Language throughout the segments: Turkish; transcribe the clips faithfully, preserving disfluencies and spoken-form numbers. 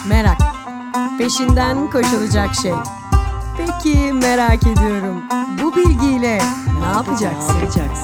Merak. Peşinden koşulacak şey. Peki merak ediyorum. Bu bilgiyle ne yapacaksın?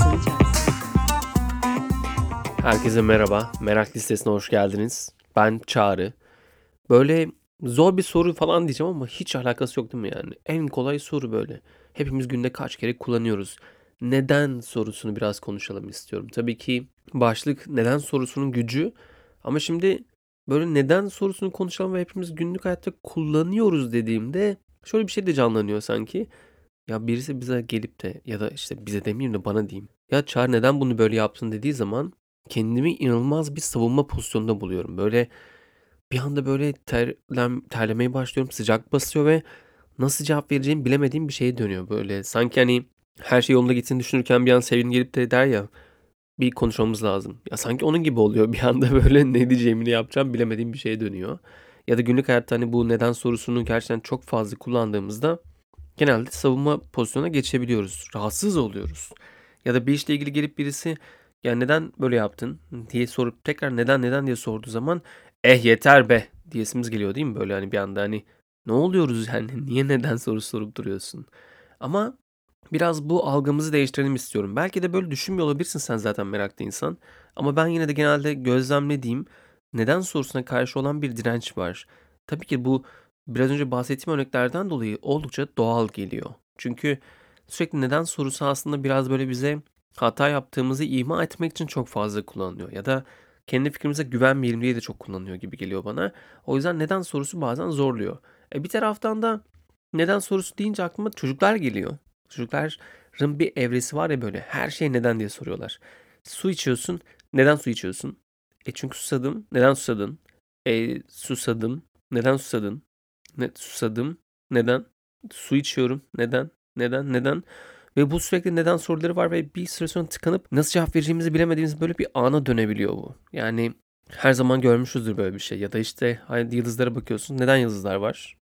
Herkese merhaba. Merak listesine hoş geldiniz. Ben Çağrı. Böyle zor bir soru falan diyeceğim ama hiç alakası yok değil mi yani? En kolay soru böyle. Hepimiz günde kaç kere kullanıyoruz? Neden sorusunu biraz konuşalım istiyorum. Tabii ki başlık neden sorusunun gücü. Ama şimdi böyle neden sorusunu konuşalım ve hepimiz günlük hayatta kullanıyoruz dediğimde şöyle bir şey de canlanıyor sanki. Ya birisi bize gelip de ya da işte bize demeyeyim de bana diyeyim. Ya Çağrı neden bunu böyle yaptın dediği zaman kendimi inanılmaz bir savunma pozisyonunda buluyorum. Böyle bir anda böyle terlem, terlemeye başlıyorum. Sıcak basıyor ve nasıl cevap vereceğimi bilemediğim bir şeye dönüyor böyle. Sanki hani her şey yolunda gitsin düşünürken bir an Sevin gelip de der ya bir konuşmamız lazım. Ya sanki onun gibi oluyor bir anda böyle ne diyeceğimi ne yapacağım bilemediğim bir şeye dönüyor. Ya da günlük hayatta hani bu neden sorusunu gerçekten çok fazla kullandığımızda genelde savunma pozisyonuna geçebiliyoruz. Rahatsız oluyoruz. Ya da bir işle ilgili gelip birisi ya neden böyle yaptın diye sorup tekrar neden neden diye sorduğu zaman eh yeter be diyesimiz geliyor değil mi? Böyle hani bir anda hani ne oluyoruz yani niye neden soru sorup duruyorsun? Ama biraz bu algımızı değiştirelim istiyorum. Belki de böyle düşünmüyor olabilirsin sen zaten meraklı insan. Ama ben yine de genelde gözlemlediğim neden sorusuna karşı olan bir direnç var. Tabii ki bu biraz önce bahsettiğim örneklerden dolayı oldukça doğal geliyor. Çünkü sürekli neden sorusu aslında biraz böyle bize hata yaptığımızı ima etmek için çok fazla kullanılıyor. Ya da kendi fikrimize güvenmeyelim diye de çok kullanılıyor gibi geliyor bana. O yüzden neden sorusu bazen zorluyor. E bir taraftan da neden sorusu deyince aklıma çocuklar geliyor. Çocukların bir evresi var ya böyle her şey neden diye soruyorlar. Su içiyorsun. Neden su içiyorsun? E çünkü susadım. Neden susadın? E susadım. Neden susadın? Ne, susadım. Neden? Su içiyorum. Neden? Neden? Neden? Ve bu sürekli neden soruları var ve bir süre sonra tıkanıp nasıl cevap vereceğimizi bilemediğimiz böyle bir ana dönebiliyor bu. Yani her zaman görmüşüzdür böyle bir şey. Ya da işte hani yıldızlara bakıyorsun. Neden yıldızlar var?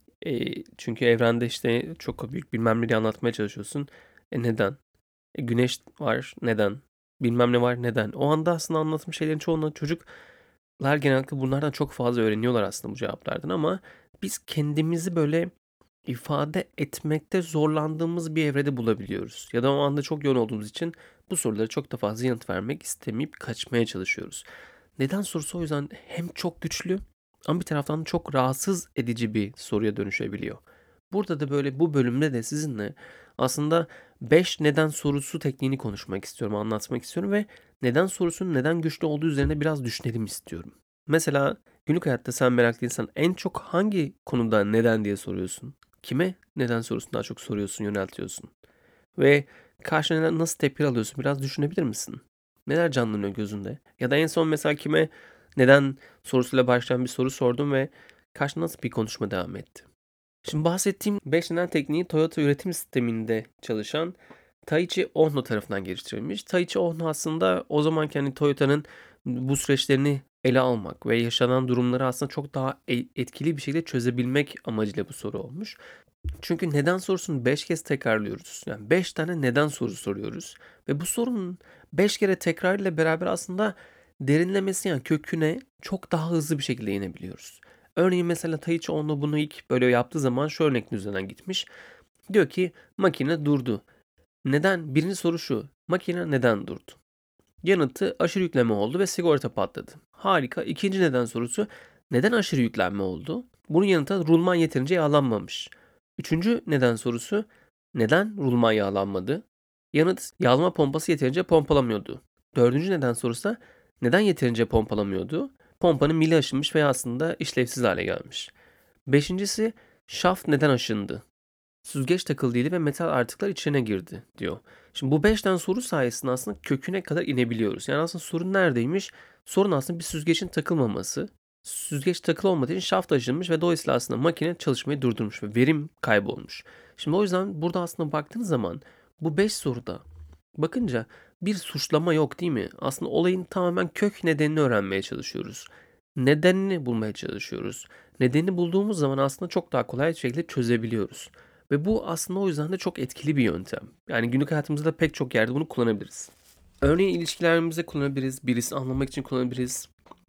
E, çünkü evrende işte çok büyük bilmem ne anlatmaya çalışıyorsun. E neden? E, güneş var. Neden? Bilmem ne var. Neden? O anda aslında anlattığım şeylerin çoğunu çocuklar genellikle bunlardan çok fazla öğreniyorlar aslında bu cevaplardan ama biz kendimizi böyle ifade etmekte zorlandığımız bir evrede bulabiliyoruz. Ya da o anda çok yoğun olduğumuz için bu sorulara çok da fazla yanıt vermek istemeyip kaçmaya çalışıyoruz. Neden sorusu o yüzden hem çok güçlü ama bir taraftan da çok rahatsız edici bir soruya dönüşebiliyor. Burada da böyle bu bölümde de sizinle aslında beş neden sorusu tekniğini konuşmak istiyorum, anlatmak istiyorum ve neden sorusunun neden güçlü olduğu üzerine biraz düşünelim istiyorum. Mesela günlük hayatta sen meraklıysan en çok hangi konuda neden diye soruyorsun? Kime neden sorusunu daha çok soruyorsun, yöneltiyorsun? Ve karşına neden nasıl tepki alıyorsun? Biraz düşünebilir misin? Neler canlanıyor gözünde? Ya da en son mesela kime neden sorusuyla başlayan bir soru sordum ve karşına nasıl bir konuşma devam etti? Şimdi bahsettiğim beş neden tekniği Toyota üretim sisteminde çalışan Taiichi Ohno tarafından geliştirilmiş. Taiichi Ohno aslında o zamanki hani Toyota'nın bu süreçlerini ele almak ve yaşanan durumları aslında çok daha e- etkili bir şekilde çözebilmek amacıyla bu soru olmuş. Çünkü neden sorusunu beş kez tekrarlıyoruz. Yani beş tane neden soru soruyoruz. Ve bu sorunun beş kere tekrarıyla beraber aslında derinlemesi yani köküne çok daha hızlı bir şekilde inebiliyoruz. Örneğin mesela Taiichi Ohno bunu ilk böyle yaptığı zaman şu örnek üzerinden gitmiş. Diyor ki makine durdu. Neden? Birinci soru şu. Makine neden durdu? Yanıtı aşırı yükleme oldu ve sigorta patladı. Harika. İkinci neden sorusu. Neden aşırı yüklenme oldu? Bunun yanıtı rulman yeterince yağlanmamış. Üçüncü neden sorusu. Neden rulman yağlanmadı? Yanıt yağlama pompası yeterince pompalamıyordu. Dördüncü neden sorusu da neden yeterince pompalamıyordu? Pompanın mili aşınmış veya aslında işlevsiz hale gelmiş. Beşincisi şaft neden aşındı? Süzgeç takıldıydı ve metal artıklar içine girdi diyor. Şimdi bu beş tane soru sayesinde aslında köküne kadar inebiliyoruz. Yani aslında sorun neredeymiş? Sorun aslında bir süzgecin takılmaması. Süzgeç takılı olmadığı için şaft aşınmış ve dolayısıyla aslında makine çalışmayı durdurmuş ve verim kaybolmuş. Şimdi o yüzden burada aslında baktığınız zaman bu beş soruda bakınca bir suçlama yok değil mi? Aslında olayın tamamen kök nedenini öğrenmeye çalışıyoruz. Nedenini bulmaya çalışıyoruz. Nedenini bulduğumuz zaman aslında çok daha kolay bir şekilde çözebiliyoruz. Ve bu aslında o yüzden de çok etkili bir yöntem. Yani günlük hayatımızda da pek çok yerde bunu kullanabiliriz. Örneğin ilişkilerimizde kullanabiliriz, birisini anlamak için kullanabiliriz.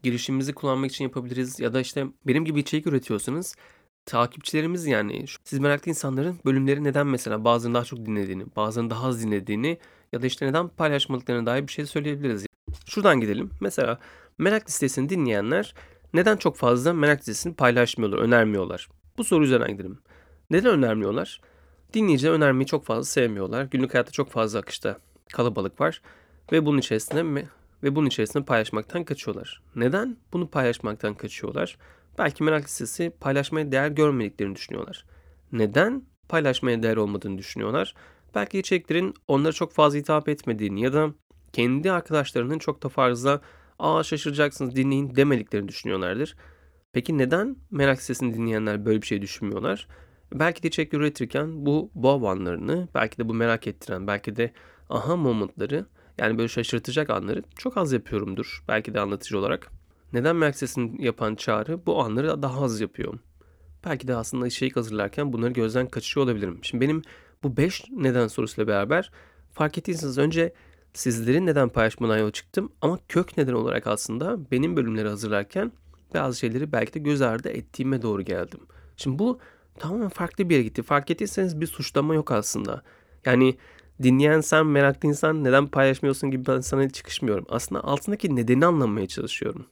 girişimimizi kullanmak için yapabiliriz ya da işte benim gibi içerik üretiyorsanız takipçilerimiz yani şu- siz meraklı insanların bölümleri neden mesela bazılarını daha çok dinlediğini, bazılarını daha az dinlediğini ya da işte neden paylaşmadıklarına dair bir şey söyleyebiliriz. Şuradan gidelim. Mesela merak listesini dinleyenler neden çok fazla merak listesini paylaşmıyorlar, önermiyorlar? Bu soru üzerinden gidelim. Neden önermiyorlar? Dinleyiciler önermeyi çok fazla sevmiyorlar. Günlük hayatta çok fazla akışta kalabalık var ve bunun içerisinde mi ve bunun içerisinde paylaşmaktan kaçıyorlar. Neden bunu paylaşmaktan kaçıyorlar? Belki merak listesi paylaşmaya değer görmediklerini düşünüyorlar. Neden paylaşmaya değer olmadığını düşünüyorlar? Belki içeriklerin onlara çok fazla hitap etmediğini ya da kendi arkadaşlarının çok da fazla "Aa şaşıracaksınız dinleyin" demediklerini düşünüyorlardır. Peki neden merak listesini dinleyenler böyle bir şey düşünmüyorlar? Belki de içerik üretirken bu wow anlarını, belki de bu merak ettiren, belki de aha momentları yani böyle şaşırtacak anları çok az yapıyorumdur. Belki de anlatıcı olarak. Neden merak listesini yapan Çağrı bu anları daha az yapıyor? Belki de aslında içerik hazırlarken bunları gözden kaçırıyor olabilirim. Şimdi benim bu beş neden sorusuyla beraber fark ettiyseniz önce sizlerin neden paylaşmadan yola çıktım ama kök neden olarak aslında benim bölümleri hazırlarken bazı şeyleri belki de göz ardı ettiğime doğru geldim. Şimdi bu tamamen farklı bir yere gitti. Fark ettiyseniz bir suçlama yok aslında. Yani dinleyen sen, meraklı insan neden paylaşmıyorsun gibi ben sana hiç çıkışmıyorum. Aslında altındaki nedeni anlamaya çalışıyorum.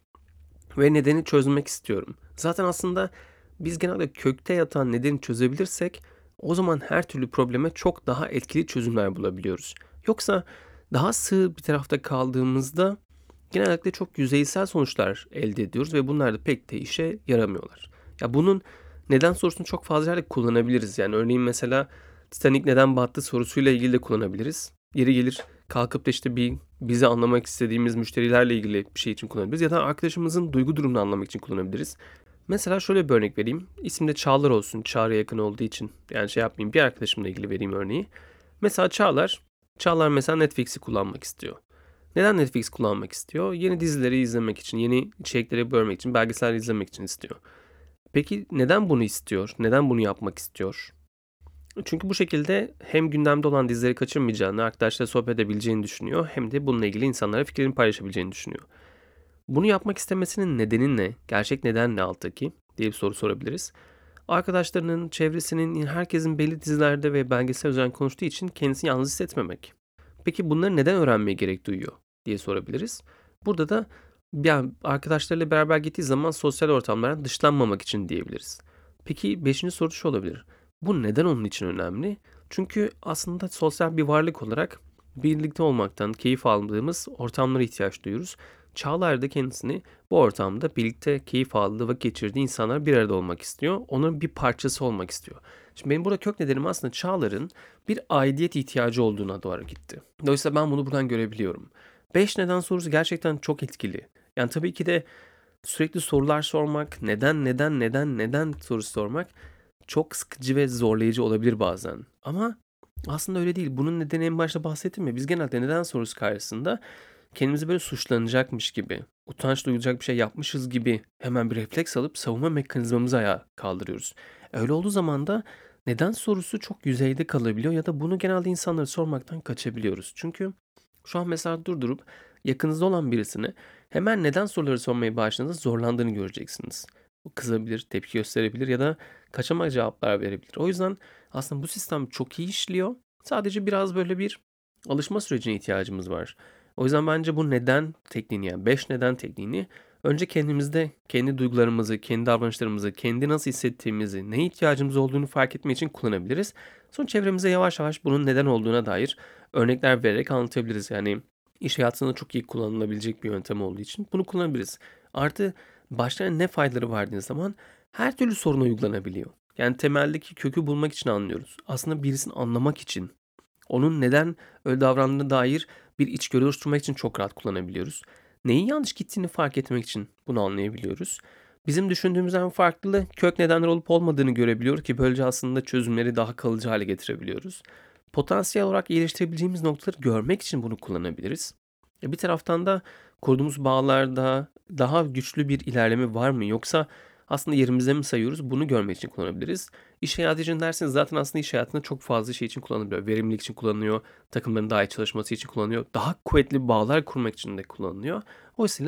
Ve nedeni çözmek istiyorum. Zaten aslında biz genelde kökte yatan nedeni çözebilirsek o zaman her türlü probleme çok daha etkili çözümler bulabiliyoruz. Yoksa daha sığ bir tarafta kaldığımızda genellikle çok yüzeysel sonuçlar elde ediyoruz ve bunlar da pek de işe yaramıyorlar. Ya bunun neden sorusunu çok fazla yerde kullanabiliriz. Yani örneğin mesela Titanic neden battı sorusuyla ilgili de kullanabiliriz. Yeri gelir kalkıp da işte bir bizi anlamak istediğimiz müşterilerle ilgili bir şey için kullanabiliriz. Ya da arkadaşımızın duygu durumunu anlamak için kullanabiliriz. Mesela şöyle bir örnek vereyim. İsim de Çağlar olsun. Çağrı'ya yakın olduğu için. Yani şey yapmayayım. Bir arkadaşımla ilgili vereyim örneği. Mesela Çağlar. Çağlar mesela Netflix'i kullanmak istiyor. Neden Netflix kullanmak istiyor? Yeni dizileri izlemek için, yeni içerikleri görmek için, belgeseller izlemek için istiyor. Peki neden bunu istiyor? Neden bunu yapmak istiyor? Çünkü bu şekilde hem gündemde olan dizileri kaçırmayacağını, arkadaşlarla sohbet edebileceğini düşünüyor, hem de bununla ilgili insanlara fikrini paylaşabileceğini düşünüyor. Bunu yapmak istemesinin nedeni ne? Gerçek neden ne alttaki diye bir soru sorabiliriz. Arkadaşlarının, çevresinin, herkesin belli dizilerde ve belgesel üzerine konuştuğu için kendisini yalnız hissetmemek. Peki bunları neden öğrenmeye gerek duyuyor diye sorabiliriz. Burada da yani arkadaşlarıyla beraber gittiği zaman sosyal ortamlardan dışlanmamak için diyebiliriz. Peki beşinci soru şu olabilir. Bu neden onun için önemli? Çünkü aslında sosyal bir varlık olarak birlikte olmaktan keyif aldığımız ortamlara ihtiyaç duyuyoruz. Çağlar da kendisini bu ortamda birlikte keyif aldığı vakit geçirdiği insanlar bir arada olmak istiyor. Onun bir parçası olmak istiyor. Şimdi benim burada kök nedenim aslında Çağlar'ın bir aidiyet ihtiyacı olduğuna doğru gitti. Dolayısıyla ben bunu buradan görebiliyorum. Beş neden sorusu gerçekten çok etkili. Yani tabii ki de sürekli sorular sormak, neden, neden, neden, neden sorusu sormak çok sıkıcı ve zorlayıcı olabilir bazen. Ama aslında öyle değil. Bunun nedeni en başta bahsettim ya. Biz genelde neden sorusu karşısında kendimizi böyle suçlanacakmış gibi, utanç duyulacak bir şey yapmışız gibi hemen bir refleks alıp savunma mekanizmamızı ayağa kaldırıyoruz. Öyle olduğu zaman da neden sorusu çok yüzeyde kalabiliyor ya da bunu genelde insanlara sormaktan kaçabiliyoruz. Çünkü şu an mesela durdurup yakınızda olan birisine hemen neden soruları sormaya başladığınızda zorlandığını göreceksiniz. O kızabilir, tepki gösterebilir ya da kaçamak cevaplar verebilir. O yüzden aslında bu sistem çok iyi işliyor. Sadece biraz böyle bir alışma sürecine ihtiyacımız var. O yüzden bence bu neden tekniğini yani beş neden tekniğini önce kendimizde kendi duygularımızı, kendi davranışlarımızı, kendi nasıl hissettiğimizi, neye ihtiyacımız olduğunu fark etmek için kullanabiliriz. Sonra çevremize yavaş yavaş bunun neden olduğuna dair örnekler vererek anlatabiliriz. Yani iş hayatında çok iyi kullanılabilecek bir yöntem olduğu için bunu kullanabiliriz. Artı başka ne faydaları var dediğiniz zaman her türlü soruna uygulanabiliyor. Yani temeldeki kökü bulmak için anlıyoruz. Aslında birisini anlamak için, onun neden öyle davrandığına dair bir içgörü oluşturmak için çok rahat kullanabiliyoruz. Neyin yanlış gittiğini fark etmek için bunu anlayabiliyoruz. Bizim düşündüğümüzden farklı kök nedenler olup olmadığını görebiliyoruz ki böylece aslında çözümleri daha kalıcı hale getirebiliyoruz. Potansiyel olarak iyileştirebileceğimiz noktaları görmek için bunu kullanabiliriz. E bir taraftan da kurduğumuz bağlarda daha güçlü bir ilerleme var mı yoksa aslında yerimizde mi sayıyoruz bunu görmek için kullanabiliriz. İş hayatı için derseniz zaten aslında iş hayatında çok fazla şey için kullanılıyor. Verimlilik için kullanılıyor, takımların daha iyi çalışması için kullanılıyor, daha kuvvetli bağlar kurmak için de kullanılıyor. Dolayısıyla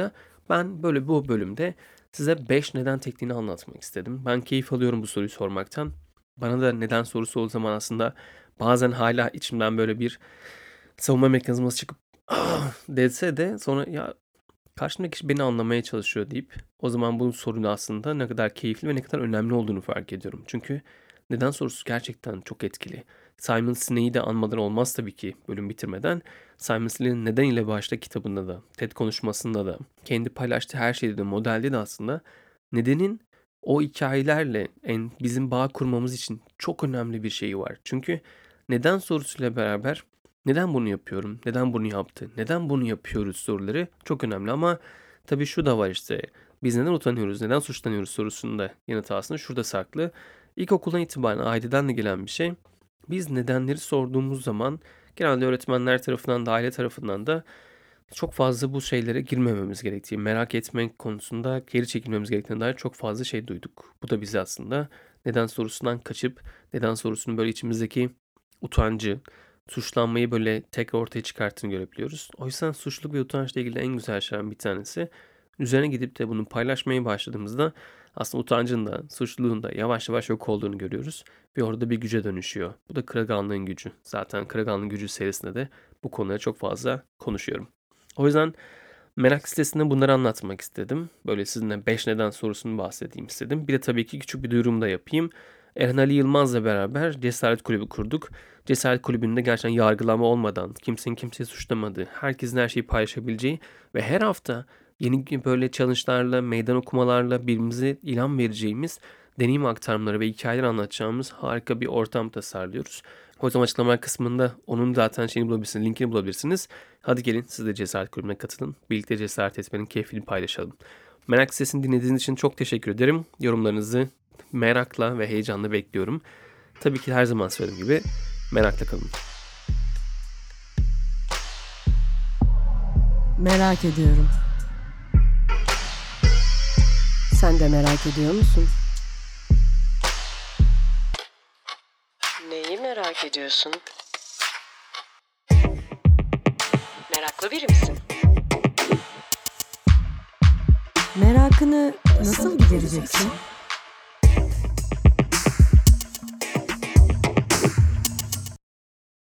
Ben böyle bu bölümde size beş neden tekniğini anlatmak istedim. Ben keyif alıyorum bu soruyu sormaktan. Bana da neden sorusu o zaman aslında bazen hala içimden böyle bir savunma mekanizması çıkıp "Ah!" dese de sonra ya karşımdaki kişi beni anlamaya çalışıyor deyip o zaman bu sorunun aslında ne kadar keyifli ve ne kadar önemli olduğunu fark ediyorum. Çünkü neden sorusu gerçekten çok etkili. Simon Sinek'i de anmadan olmaz tabii ki bölüm bitirmeden. Simon Sinek'in Neden ile Başla kitabında da, TED konuşmasında da, kendi paylaştığı her şeyde de, modelde de aslında nedenin o hikayelerle en, bizim bağ kurmamız için çok önemli bir şeyi var. Çünkü neden sorusuyla beraber neden bunu yapıyorum? Neden bunu yaptı? Neden bunu yapıyoruz soruları çok önemli ama tabii şu da var işte. Biz neden utanıyoruz? Neden suçlanıyoruz sorusunun da yanıtı aslında şurada saklı. İlkokuldan itibaren aileden de gelen bir şey. Biz nedenleri sorduğumuz zaman genelde öğretmenler tarafından da aile tarafından da çok fazla bu şeylere girmememiz gerektiği, merak etmek konusunda geri çekilmemiz gerektiğine dair çok fazla şey duyduk. Bu da bizi aslında neden sorusundan kaçıp neden sorusunun böyle içimizdeki utancı, suçlanmayı böyle tekrar ortaya çıkarttığını görebiliyoruz. O yüzden suçluluk ve utançla ilgili en güzel şeylerden bir tanesi üzerine gidip de bunu paylaşmaya başladığımızda aslında utancın da suçluluğun da yavaş yavaş yok olduğunu görüyoruz ve orada bir güce dönüşüyor. Bu da kırılganlığın gücü. Zaten kırılganlığın gücü serisinde de bu konuya çok fazla konuşuyorum. O yüzden merak listesinde bunları anlatmak istedim. Böyle sizinle beş neden sorusunu bahsedeyim istedim. Bir de tabii ki küçük bir duyurum da yapayım. Erhan Ali Yılmaz'la beraber Cesaret Kulübü kurduk. Cesaret Kulübü'nde gerçekten yargılama olmadan, kimsenin kimseyi suçlamadığı, herkesin her şeyi paylaşabileceği ve her hafta yeni böyle challenge'larla, meydan okumalarla birbirimize ilham vereceğimiz deneyim aktarımları ve hikayeler anlatacağımız harika bir ortam tasarlıyoruz. O yüzden açıklama kısmında onun zaten şeyini bulabilirsiniz, linkini bulabilirsiniz. Hadi gelin siz de Cesaret Kulübü'ne katılın. Birlikte cesaret etmenin keyfini paylaşalım. Merak Sesini dinlediğiniz için çok teşekkür ederim. Yorumlarınızı merakla ve heyecanla bekliyorum. Tabii ki her zaman söylediğim gibi merakla kalın. Merak ediyorum. Sen de merak ediyor musun? Neyi merak ediyorsun? Meraklı biri misin? Merakını nasıl gidereceksin?